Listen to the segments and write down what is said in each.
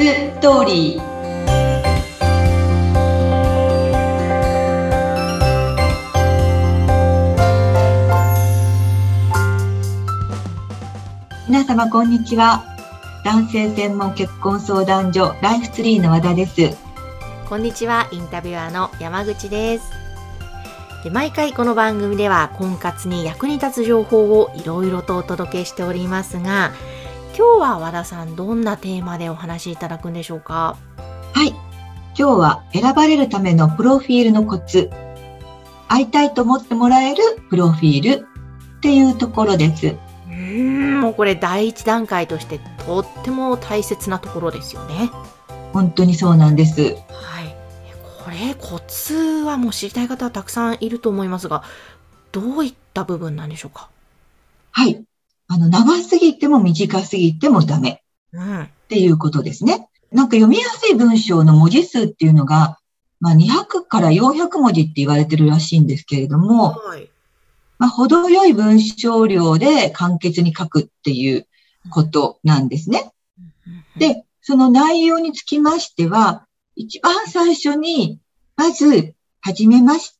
ストーリー。皆様こんにちは。男性専門結婚相談所ライフツリーの和田です。 こんにちは。インタビュアーの山口です。毎回この番組では婚活に役に立つ情報をいろいろとお届けしておりますが、今日は和田さん、どんなテーマでお話しいただくんでしょうか？ はい、今日は選ばれるためのプロフィールのコツ、会いたいと思ってもらえるプロフィールっていうところです。 もうこれ第一段階としてとっても大切なところですよね。 本当にそうなんです。 はい。これコツはもう知りたい方はたくさんいると思いますが、どういった部分なんでしょうか？ はい。長すぎても短すぎてもダメっていうことですね。なんか読みやすい文章の文字数っていうのが、200から400文字って言われてるらしいんですけれども、 はい。 程よい文章量で簡潔に書くっていうことなんですね。で、その内容につきましては、一番最初に、まず、はじめまして、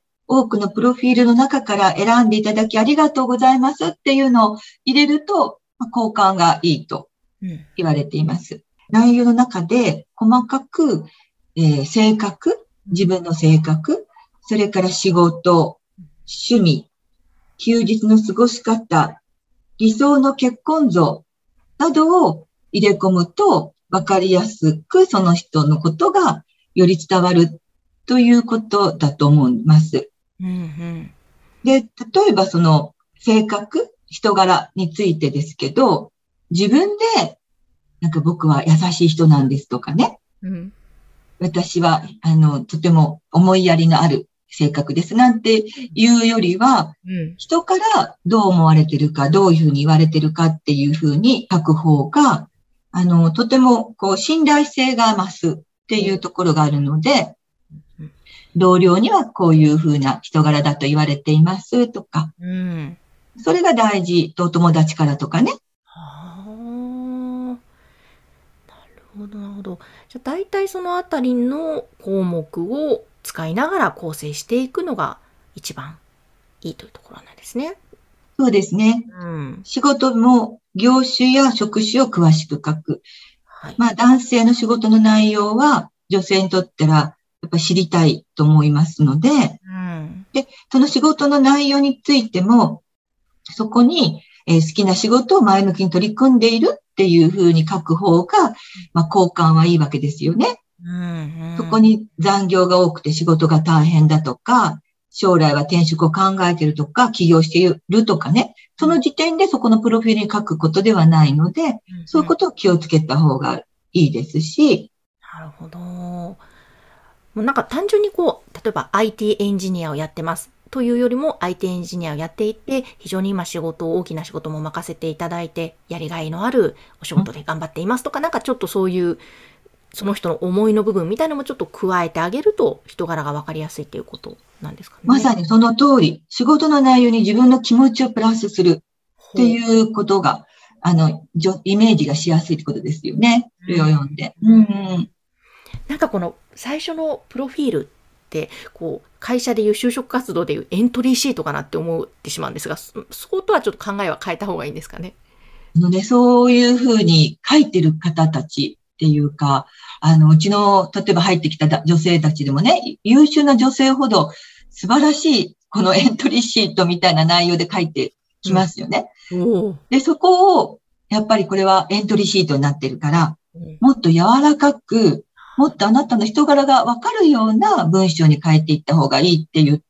多くのプロフィールの中から選んでいただきありがとうございますっていうのを入れると、好感がいいと言われています。内容の中で細かく、性格、自分の性格、それから仕事、趣味、休日の過ごし方、理想の結婚像などを入れ込むと分かりやすくその人のことがより伝わるということだと思います。で、例えばその性格、人柄についてですけど、自分でなんか僕は優しい人なんですとかね。私はとても思いやりのある性格ですなんていうよりは、人からどう思われてるか、どういうふうに言われてるかっていうふうに書く方が、とても信頼性が増すっていうところがあるので、同僚にはこういうふうな人柄だと言われていますとか、それが大事とお友達からとかね。 なるほど、なるほど。じゃあ大体そのあたりの項目を使いながら構成していくのが一番いいというところなんですね。 そうですね。仕事も業種や職種を詳しく書く。男性の仕事の内容は女性にとってはやっぱ知りたいと思いますので、で、その仕事の内容についても、そこに、好きな仕事を前向きに取り組んでいるっていうふうに書く方が、好感はいいわけですよね。そこに残業が多くて仕事が大変だとか、将来は転職を考えているとか、起業しているとかね、その時点でそこのプロフィールに書くことではないので、そういうことを気をつけた方がいいですし。 なるほど。もうなんか単純に例えば IT エンジニアをやってますというよりも IT エンジニアをやっていて、非常に今大きな仕事も任せていただいて、やりがいのあるお仕事で頑張っていますとか、なんかちょっとそういう、その人の思いの部分みたいなのもちょっと加えてあげると、人柄がわかりやすいっていうことなんですかね。 まさにその通り、仕事の内容に自分の気持ちをプラスするっていうことが、イメージがしやすいってことですよね。それを読んで。 なんかこの最初のプロフィールって、会社でいう就職活動でいうエントリーシートかなって思ってしまうんですが、そことはちょっと考えは変えた方がいいんですかね。 そういうふうに書いてる方たちっていうか、うちの、例えば入ってきた女性たちでもね、優秀な女性ほど素晴らしい、このエントリーシートみたいな内容で書いてきますよね。で、そこを、やっぱりこれはエントリーシートになってるから、もっと柔らかく、もっとあなたの人柄がわかるような文章に変えていった方がいいって言って、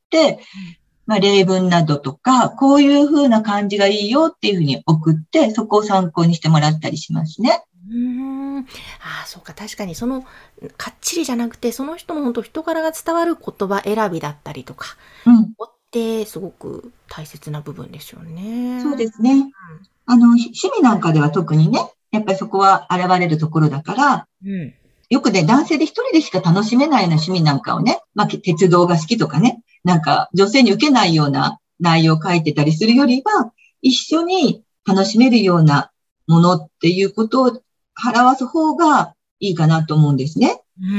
例文などとか、こういう風な感じがいいよっていう風に送って、そこを参考にしてもらったりしますね。 そうか。確かにかっちりじゃなくて、その人の本当人柄が伝わる言葉選びだったりとか、ってすごく大切な部分ですよね。 そうですね。趣味なんかでは特にね、やっぱりそこは現れるところだから、よくね、男性で一人でしか楽しめないような趣味なんかをね、鉄道が好きとかね、なんか女性に受けないような内容を書いてたりするよりは、一緒に楽しめるようなものっていうことを表す方が、 いいかなと思うんですね。 うん。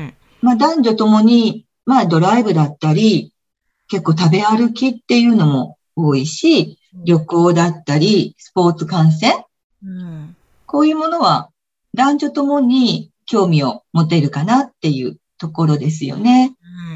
まあ男女ともに、まあドライブだったり、結構食べ歩きっていうのも多いし、旅行だったり、スポーツ観戦、 うん。 こういうものは男女ともに興味を持てるかなっていうところですよね。 うん。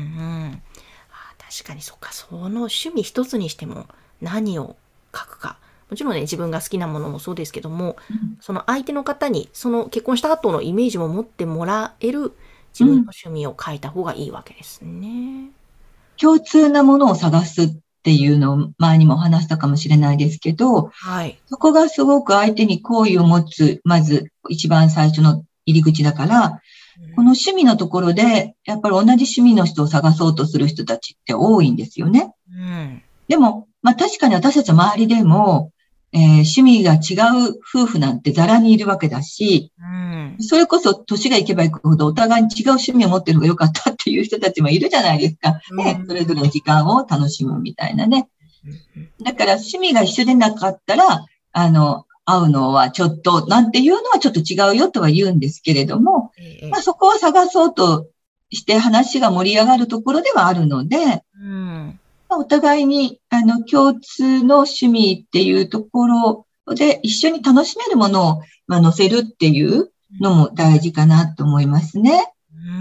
確かにそっか、その趣味一つにしても何を書くか。もちろんね、自分が好きなものもそうですけども、その相手の方に、その結婚した後のイメージも持ってもらえる自分の趣味を書いた方がいいわけですね。 共通なものを探すっていうのを前にも話したかもしれないですけど、 はい。 そこがすごく相手に好意を持つ、まず一番最初の入り口だから、この趣味のところで、やっぱり同じ趣味の人を探そうとする人たちって多いんですよね。でも、まあ確かに私たちの周りでも、趣味が違う夫婦なんてザラにいるわけだし、それこそ年がいけばいくほどお互いに違う趣味を持ってる方が良かったっていう人たちもいるじゃないですか。ね、それぞれの時間を楽しむみたいなね。だから趣味が一緒でなかったら、会うのはちょっと、なんていうのはちょっと違うよとは言うんですけれども、まあそこを探そうとして話が盛り上がるところではあるので、お互いに、共通の趣味っていうところで一緒に楽しめるものを、まあ、載せるっていうのも大事かなと思いますね。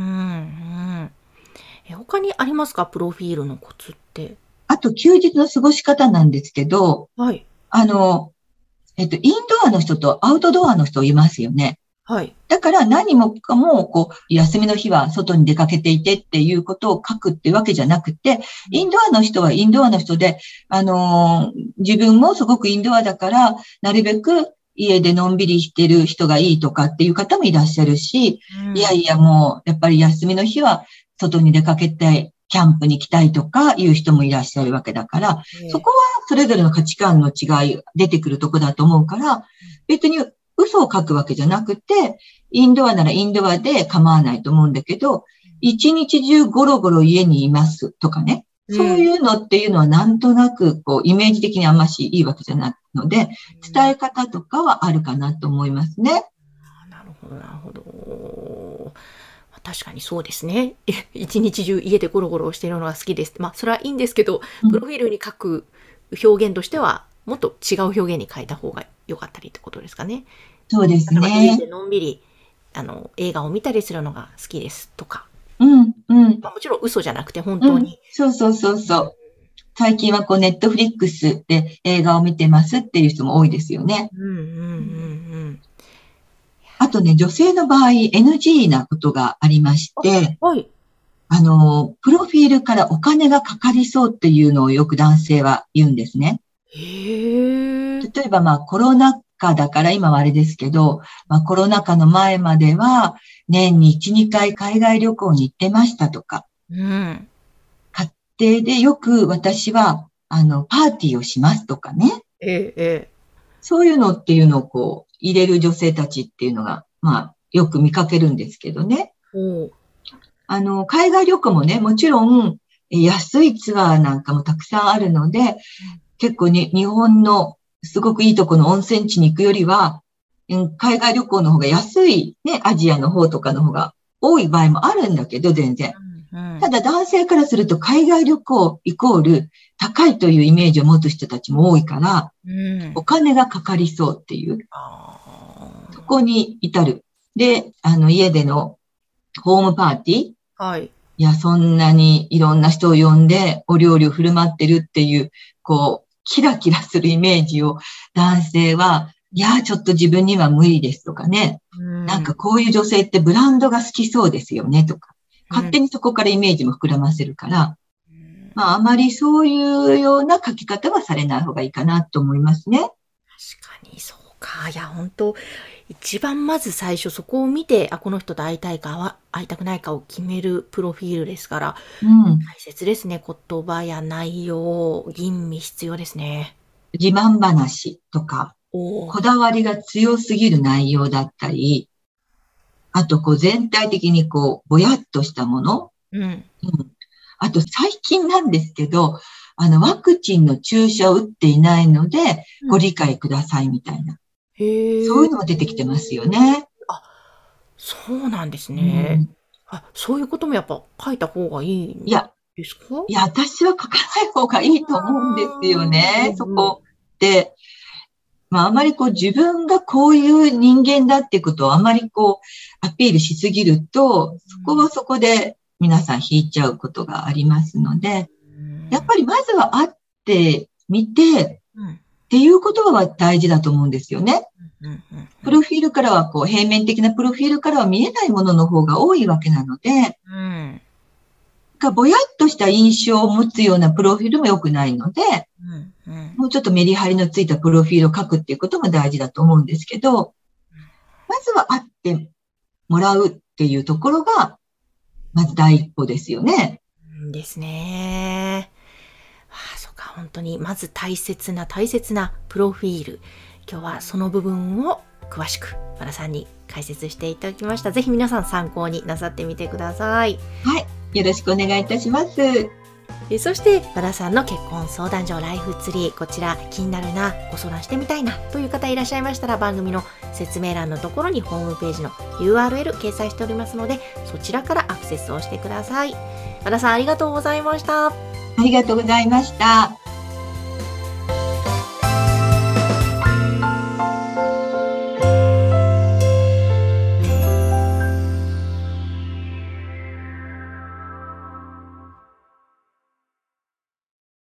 他にありますか？プロフィールのコツって。 あと、休日の過ごし方なんですけど、 はい。 インドアの人とアウトドアの人いますよね。 はい。 だから何もかも、休みの日は外に出かけていてっていうことを書くってわけじゃなくて、インドアの人はインドアの人で、自分もすごくインドアだから、なるべく家でのんびりしてる人がいいとかっていう方もいらっしゃるし、いやいやもう、やっぱり休みの日は外に出かけて、キャンプに行きたいとかいう人もいらっしゃるわけだから、そこはそれぞれの価値観の違い出てくるとこだと思うから、別に嘘を書くわけじゃなくて、インドアならインドアで構わないと思うんだけど、一日中ゴロゴロ家にいますとかね。そういうのっていうのはなんとなくイメージ的にあんましいいわけじゃないので、伝え方とかはあるかなと思いますね。 なるほど、なるほど。確かにそうですね。一日中家でゴロゴロしているのが好きです。まあ、それはいいんですけど、プロフィールに書く表現としては、もっと違う表現に変えた方が良かったりってことですかね。 そうですね。 家でのんびり、映画を見たりするのが好きですとか。まあ、もちろん嘘じゃなくて本当に。 そう。最近はネットフリックスで映画を見てますっていう人も多いですよね。あとね、女性の場合 NG なことがありまして、 はい。 プロフィールからお金がかかりそうっていうのをよく男性は言うんですね。例えばまあコロナ禍だから今はあれですけど、まあコロナ禍の前までは年に1、2回海外旅行に行ってましたとか、家庭でよく私はパーティーをしますとかね。そういうのっていうのを入れる女性たちっていうのが、まあよく見かけるんですけどね。海外旅行もね、もちろん安いツアーなんかもたくさんあるので、結構ね、日本のすごくいいとこの温泉地に行くよりは、海外旅行の方が安いね、アジアの方とかの方が多い場合もあるんだけど、全然。ただ男性からすると海外旅行イコール高いというイメージを持つ人たちも多いから、お金がかかりそうっていう、そこに至る。で、家でのホームパーティー、いや、そんなにいろんな人を呼んでお料理を振る舞ってるっていう、キラキラするイメージを男性は、いや、ちょっと自分には無理ですとかね。なんかこういう女性ってブランドが好きそうですよねとか。勝手にそこからイメージも膨らませるから、まあ、あまりそういうような書き方はされない方がいいかなと思いますね。 確かにそうか。いや、本当一番まず最初そこを見て、この人と会いたいか会いたくないかを決めるプロフィールですから、大切ですね。言葉や内容、吟味必要ですね。 自慢話とか、こだわりが強すぎる内容だったり、あと全体的にぼやっとしたもの。あと最近なんですけど、ワクチンの注射を打っていないので、ご理解くださいみたいな。そういうのが出てきてますよね。 そうなんですうね。 ん。 そういうこともやっぱ書いた方がいいんいや、 ですか？ 私は書かない方がいいと思うんですよね、そうんうん。 こって。あまり自分がこういう人間だっていうことをあまりアピールしすぎると、そこはそこで皆さん引いちゃうことがありますので、やっぱりまずは会ってみてっていうことが大事だと思うんですよね。プロフィールからは平面的なプロフィールからは見えないものの方が多いわけなので、ぼやっとした印象を持つようなプロフィールも良くないので、もうちょっとメリハリのついたプロフィールを書くっていうことも大事だと思うんですけど、まずは会ってもらうっていうところが、まず第一歩ですよね。 ですね。そうか、本当に、まず大切なプロフィール。今日はその部分を詳しく、バラさんに解説していただきました。ぜひ皆さん参考になさってみてください。 はい。よろしくお願いいたします。 そして、バラさんの結婚相談所ライフツリー、こちら気になるな、ご相談してみたいなという方いらっしゃいましたら、番組の説明欄のところにホームページの URL 掲載しておりますので、そちらからアクセスをしてください。バラさんありがとうございました。 ありがとうございました。